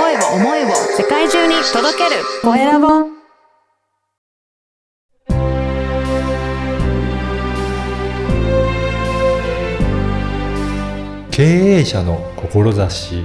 声を思いを世界中に届けるコエラボ。 経営者の志。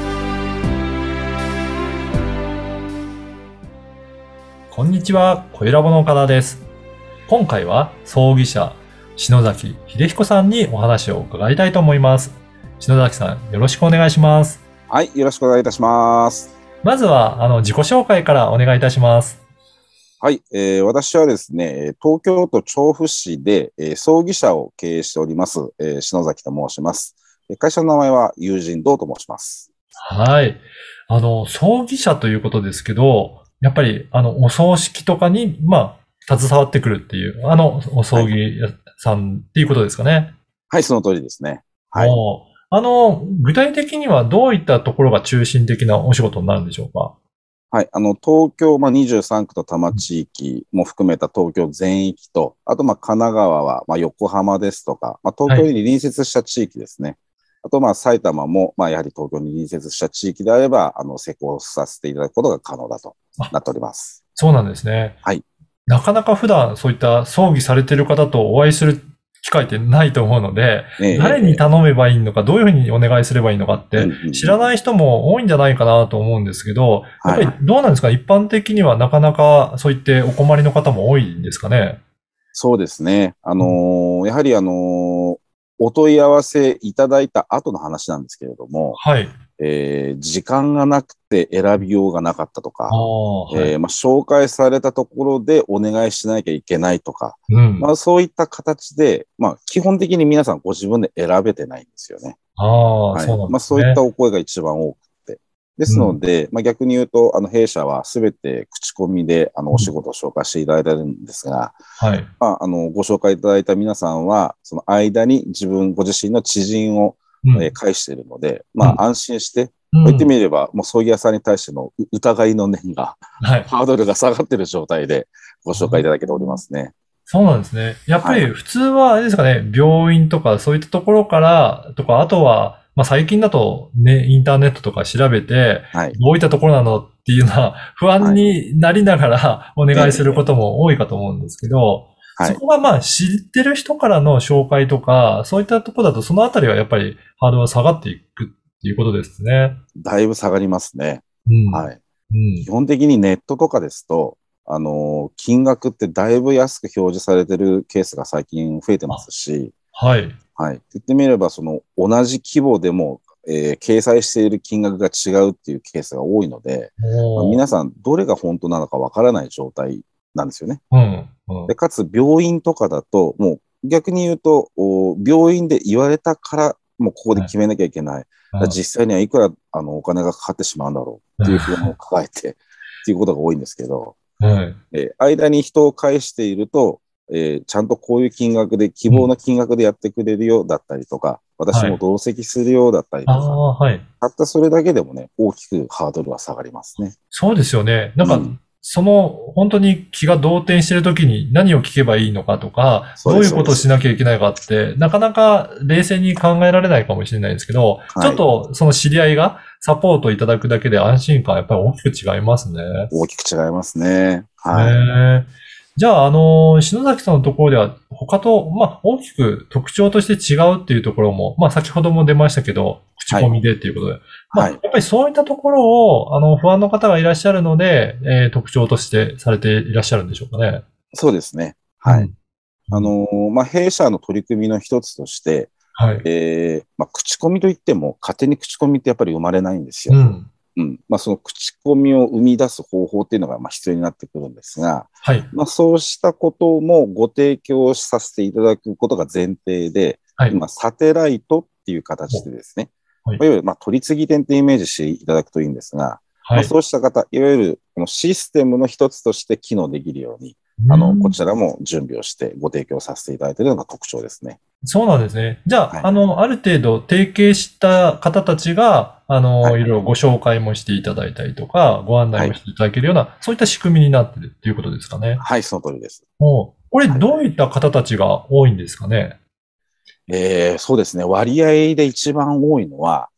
こんにちは、コエラボの岡田です。今回は葬儀社篠崎秀彦さんにお話を伺いたいと思います。篠崎さん、よろしくお願いします。 はい、よろしくお願いいたします。 まずは自己紹介からお願いいたします。 はい、私はですね、東京都調布市で、葬儀社を経営しております、篠崎と申します。会社の名前は友人堂と申します。 はい。葬儀社ということですけど、やっぱりお葬式とかに、携わってくるっていう、お葬儀屋さんっていうことですかね。 はい、その通りですね。はい。 具体的にはどういったところが中心的なお仕事になるんでしょうか？ はい、東京、23区と多摩地域も含めた東京全域と、あと、神奈川は、横浜ですとか、東京に隣接した地域ですね。はい、あと、埼玉も、やはり東京に隣接した地域であれば、施工させていただくことが可能だとなっております。 そうなんですね。 はい。 なかなか普段そういった葬儀されている方とお会いする機会ってないと思うので、誰に頼めばいいのか、どういうふうにお願いすればいいのかって、知らない人も多いんじゃないかなと思うんですけど、やっぱりどうなんですか？一般的にはなかなかそういってお困りの方も多いんですかね？ そうですね。やはりお問い合わせいただいた後の話なんですけれども、 はい。 時間がなくて選びようがなかったとか、 はい。 紹介されたところでお願いしなきゃいけないとか、そういった形で、基本的に皆さんご自分で選べてないんですよね。 はい。そうなんですね。 そういったお声が一番多くて。ですので、逆に言うと、弊社はすべて口コミで、お仕事を紹介していただいてるんですが、 はい。 ご紹介いただいた皆さんは、その間にご自身の知人を介しているので、安心して、言ってみれば、もう葬儀屋さんに対しての疑いの念が、ハードルが下がっている状態でご紹介いただけておりますね。 そうなんですね。やっぱり普通はあれですかね、病院とかそういったところからとか、あとは、最近だとね、インターネットとか調べて、どういったところなのっていうのは不安になりながらお願いすることも多いかと思うんですけど、そこが知ってる人からの紹介とか、そういったところだとそのあたりはやっぱりハードルが下がっていくっていうことですね。 だいぶ下がりますね。はい。基本的にネットとかですと、金額ってだいぶ安く表示されてるケースが最近増えてますし、はい。言ってみれば、同じ規模でも、掲載している金額が違うっていうケースが多いので、皆さんどれが本当なのかわからない状態なんですよね。でかつ、病院とかだと、もう逆に言うと、病院で言われたから、もうここで決めなきゃいけない。実際にはいくらお金がかかってしまうんだろうっていう不安を抱えてっていうことが多いんですけど、間に人を介していると、ちゃんとこういう金額で、希望の金額でやってくれるよだったりとか、私も同席するよだったりとか、たったそれだけでもね、大きくハードルは下がりますね。 そうですよね。本当に気が動転してるときに何を聞けばいいのかとか、どういうことをしなきゃいけないかって、なかなか冷静に考えられないかもしれないですけど、ちょっとその知り合いがサポートいただくだけで安心感やっぱり大きく違いますね。 大きく違いますね。 じゃあ、篠崎さんのところでは他と、大きく特徴として違うっていうところも、先ほども出ましたけど、口コミでっていうことで。やっぱりそういったところを、不安の方がいらっしゃるので、特徴としてされていらっしゃるんでしょうかね。 そうですね。はい。弊社の取り組みの一つとして、口コミといっても、勝手に口コミってやっぱり生まれないんですよ。その口コミを生み出す方法っていうのが必要になってくるんですが、そうしたこともご提供させていただくことが前提で、今、サテライトっていう形でですね、いわゆる取り次ぎ店ってイメージしていただくといいんですが、そうした方、いわゆるこのシステムの一つとして機能できるように、こちらも準備をしてご提供させていただいているのが特徴ですね。 そうなんですね。じゃあ、ある程度提携した方たちが、いろいろご紹介もしていただいたりとか、ご案内もしていただけるような、そういった仕組みになっているっていうことですかね。 はい、その通りです。 これ、どういった方たちが多いんですかね。 そうですね。割合で一番多いのは、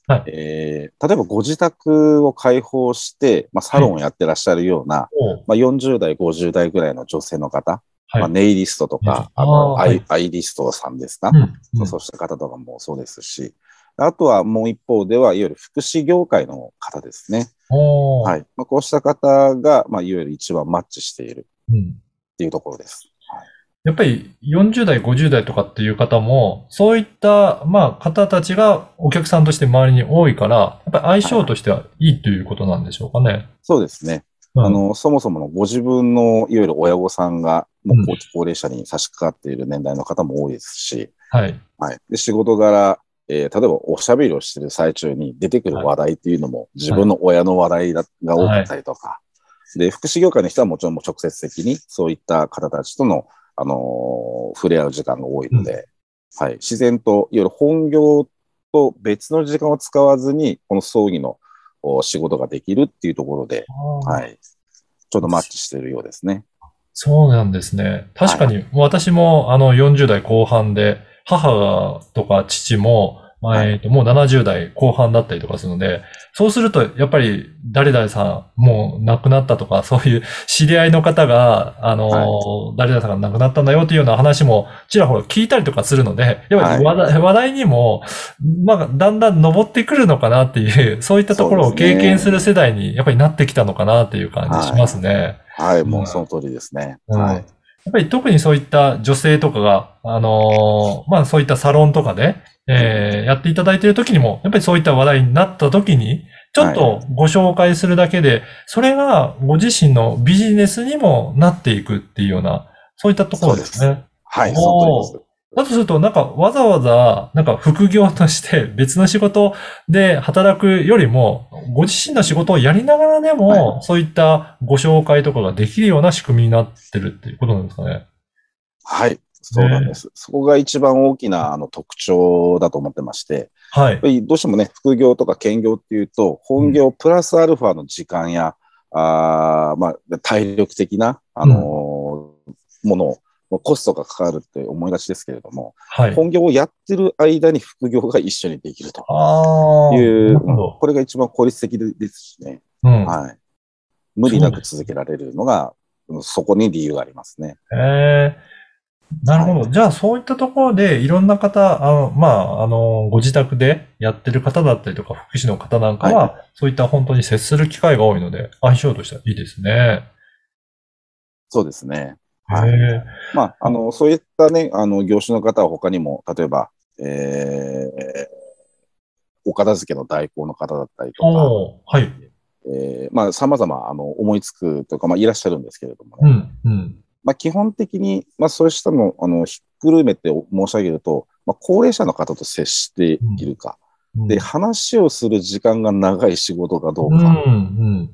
はい。 例えばご自宅を開放して、サロンをやってらっしゃるような、40代、50代ぐらいの女性の方、 はい。 ネイリストとか、 はい。 アイリストさんですか、 うん、うん。 そうした方とかもそうですし、あとはもう一方では、いわゆる福祉業界の方ですね。 おー。 はい。こうした方が、いわゆる一番マッチしているうん。 っていうところです。はい。 やっぱり40代、50代とかっていう方も、そういった、方たちがお客さんとして周りに多いから、やっぱり相はい。 性としてはいいということなんでしょうかね。 そうですね。 うん。 そもそものご自分のいわゆる親御さんが、もううん。 高齢者に差し掛かっている年代の方も多いですし、 はい。 はい。で、仕事柄、例えばおしゃべりをしている最中に出てくるはい。 話題っていうのも自はい。 分の親の話題が多かったはい。 りとか、で、福祉業界の人はもちろんもう直接的にそういった方たちとの、触れ合う時間が多いうん。 ので、はい。自然と、いわゆる本業と別の時間を使わずに、この葬儀の仕事ができるっていうところで、はあい。ちょうどマッチしているようですね。 そうなんですね。確はい。 かに、私も40代後半で、母とか父も、 はい。 もう70代後半だったりとかするので、そうすると、やっぱり、誰々さん、もう亡くなったとか、そういう知り合いの方が、 はい。 誰々さんが亡くなったんだよっていうような話も、ちらほら聞いたりとかするので、やっぱりはい。 話題にも、だんだん上ってくるのかなっていう、そういったとそうでころをすね。 経験する世代に、やっぱりなってきたのかなっていう感じしはい。 ますね。 はい。 うん。 もうその通りですね。 うん。やっはい。 ぱり特にそういった女性とかが、そういったサロンとかで、 うん。 やっていただいている時にも、やっぱりそういった話題になった時に、ちょっはい。 とご紹介するだけで、それがご自身のビジネスにもなっていくっていうような、そういったところそうです。 ですね。 はい。その通りです。 おー。だとすると、わざわざ、副業として別の仕事で働くよりも、ご自身の仕事をやりながらではい。 も、そういったご紹介とかができるような仕組みになってるっていうことなんですかね。 はい。そうなんでね。 す。そこが一番大きな特徴だと思ってまして、やっはい。 ぱりどうしてもね、副業とか兼業っていうと、 うん。 本業プラスアルファの時間や、体力的な、 うん。 ものを、コストがかかるって思いがちですけれども、 はい。 本業をやってる間に副業が一緒にできるといああ、なう、 るほど。 これが一番効率的ですしね。 うん。 はい。無理なくそうです。 続けられるのが、そこに理由がありますね。 ええ、なるはい。 ほど。じゃあ、そういったところで、いろんな方、ご自宅でやってる方だったりとか、福祉の方なんかはい。 は、そういった本当に接する機会が多いので、相性としてはいいですね。 そうですね。 へはい。 え。 そういったね、業種の方は他にも、例えば、えお片付けの代行の方だったりとか、 おー、はい。 様々、思いつくというか、いらっしゃるんですけれどもね。 うん、うん。 基本的に、そうしたの、ひっくるめて申し上げると、高齢者の方と接してうん、 いるか。で、 うん。 話をする時間が長い仕事かどううん、 か。 うん。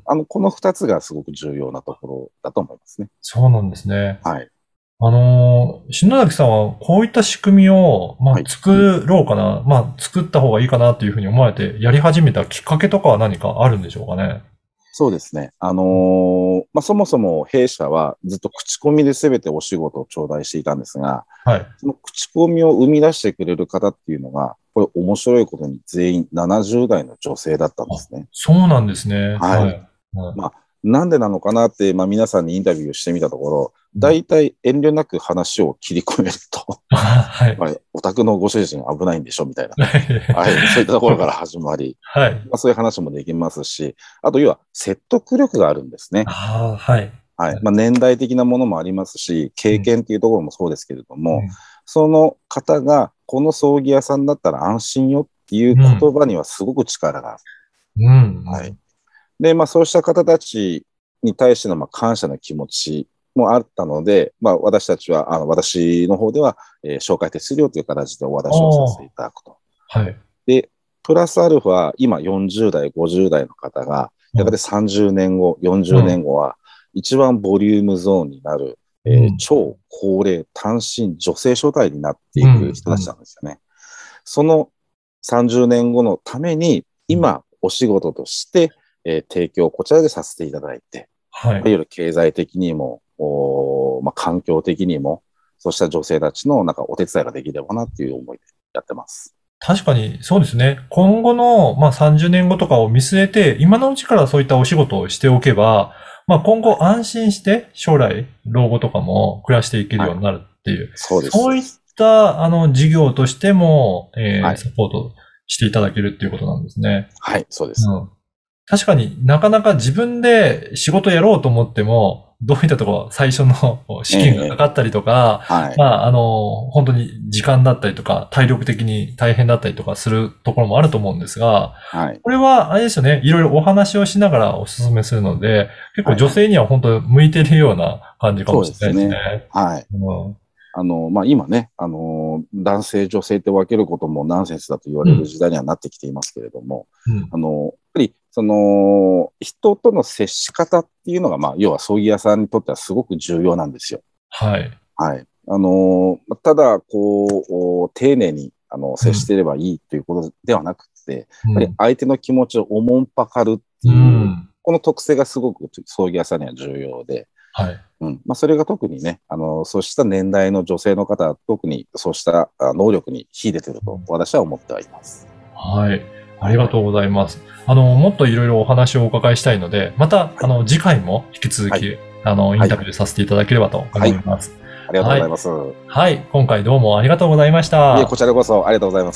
この二つがすごく重要なところだと思いますね。 そうなんですね。 はい。 篠崎さんはこういった仕組みを、 はい。 作ろうかな、作った方がいいかなっていうふうに思われて、やり始めたきっかけとかは何かあるんでしょうかね。 そうですね。そもそも弊社はずっと口コミで全てお仕事を頂戴していたんですが、 はい。 その口コミを生み出してくれる方っていうのが、これ面白いことに全員70代の女性だったんであ、 すね。 そうなんですね。 はい。 はい。はい。 なんでなのかなって、皆さんにインタビューしてみたところ、 うん。 大体遠慮なく話を切り込めると、 はい。 お宅のご主人危ないんでしょみたいな。はい。そういったところから始まり、 はい。 そういう話もできますし、あと、要は説得力があるんですね。 ああ、はい。 はい。 はい。 年代的なものもありますし、 うん。 経験っていうところもそうですけれども、 うん。 その方が、この葬儀屋さんだったら安心よっていううん。 言葉にはすごく力がある。 うん。 はい。 うん。 で、そうした方たちに対しての感謝の気持ちもあったので、私たちは、私の方では、紹介手数料という形でお渡しをさせていあただくと。 あ、はい。 で、プラスアルファ、今40代、50代の方が、 うん。 やがて30年後、40年うん。 後は、一番ボリュームゾーンになる、 うん。 超高齢、単身女性初代になっていくうん。 人たちなんですよね。その30年後のために、 うん。 今、お仕事として、提供をこちらでさせていただいて、 はい。 いわゆる経済的にも、環境的にも、そうした女性たちのお手伝いができればなっていう思いでやってます。 確かにそうですね。今後の、30年後とかを見据えて、今のうちからそういったお仕事をしておけば、今後安心して将来、老後とかも暮らしていけるようになるっていう、 そうです。 そういった、事業としても、サポートしていただけるっていうことなんですね。 はい、そうです。 確かになかなか自分で仕事やろうと思っても、どういったところ、最初の資金がかかったりとか、本当に時間だったりとか、体力的に大変だったりとかするところもあると思うんですが、これは、あれですよね、いろいろお話をしながらお勧めするので、結構女性には本当向いてるような感じかもしれないですね。 そうですね。はい。今ね、男性、女性って分けることもナンセンスだと言われる時代にはなってきていますけれども、やっぱり、人との接し方っていうのが、要は葬儀屋さんにとってはすごく重要なんですよ。 はい。 はい。ただ、丁寧に、接していればいいということではなくて、やっぱり相手の気持ちをおもんぱかるっていう、この特性がすごく葬儀屋さんには重要で、 はい。 それが特にね、そうした年代の女性の方は特にそうした能力に秀でていると私は思ってはいます。 はい。ありがとうございます。もっといろいろお話をお伺いしたいので、また、次回も引き続き、インタビューさせていただければと思います。 ありがとうございます。 はい。今回どうもありがとうございました。 いえ、こちらこそありがとうございます。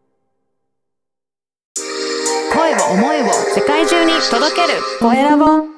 声を思いを世界中に届けるコエラボ。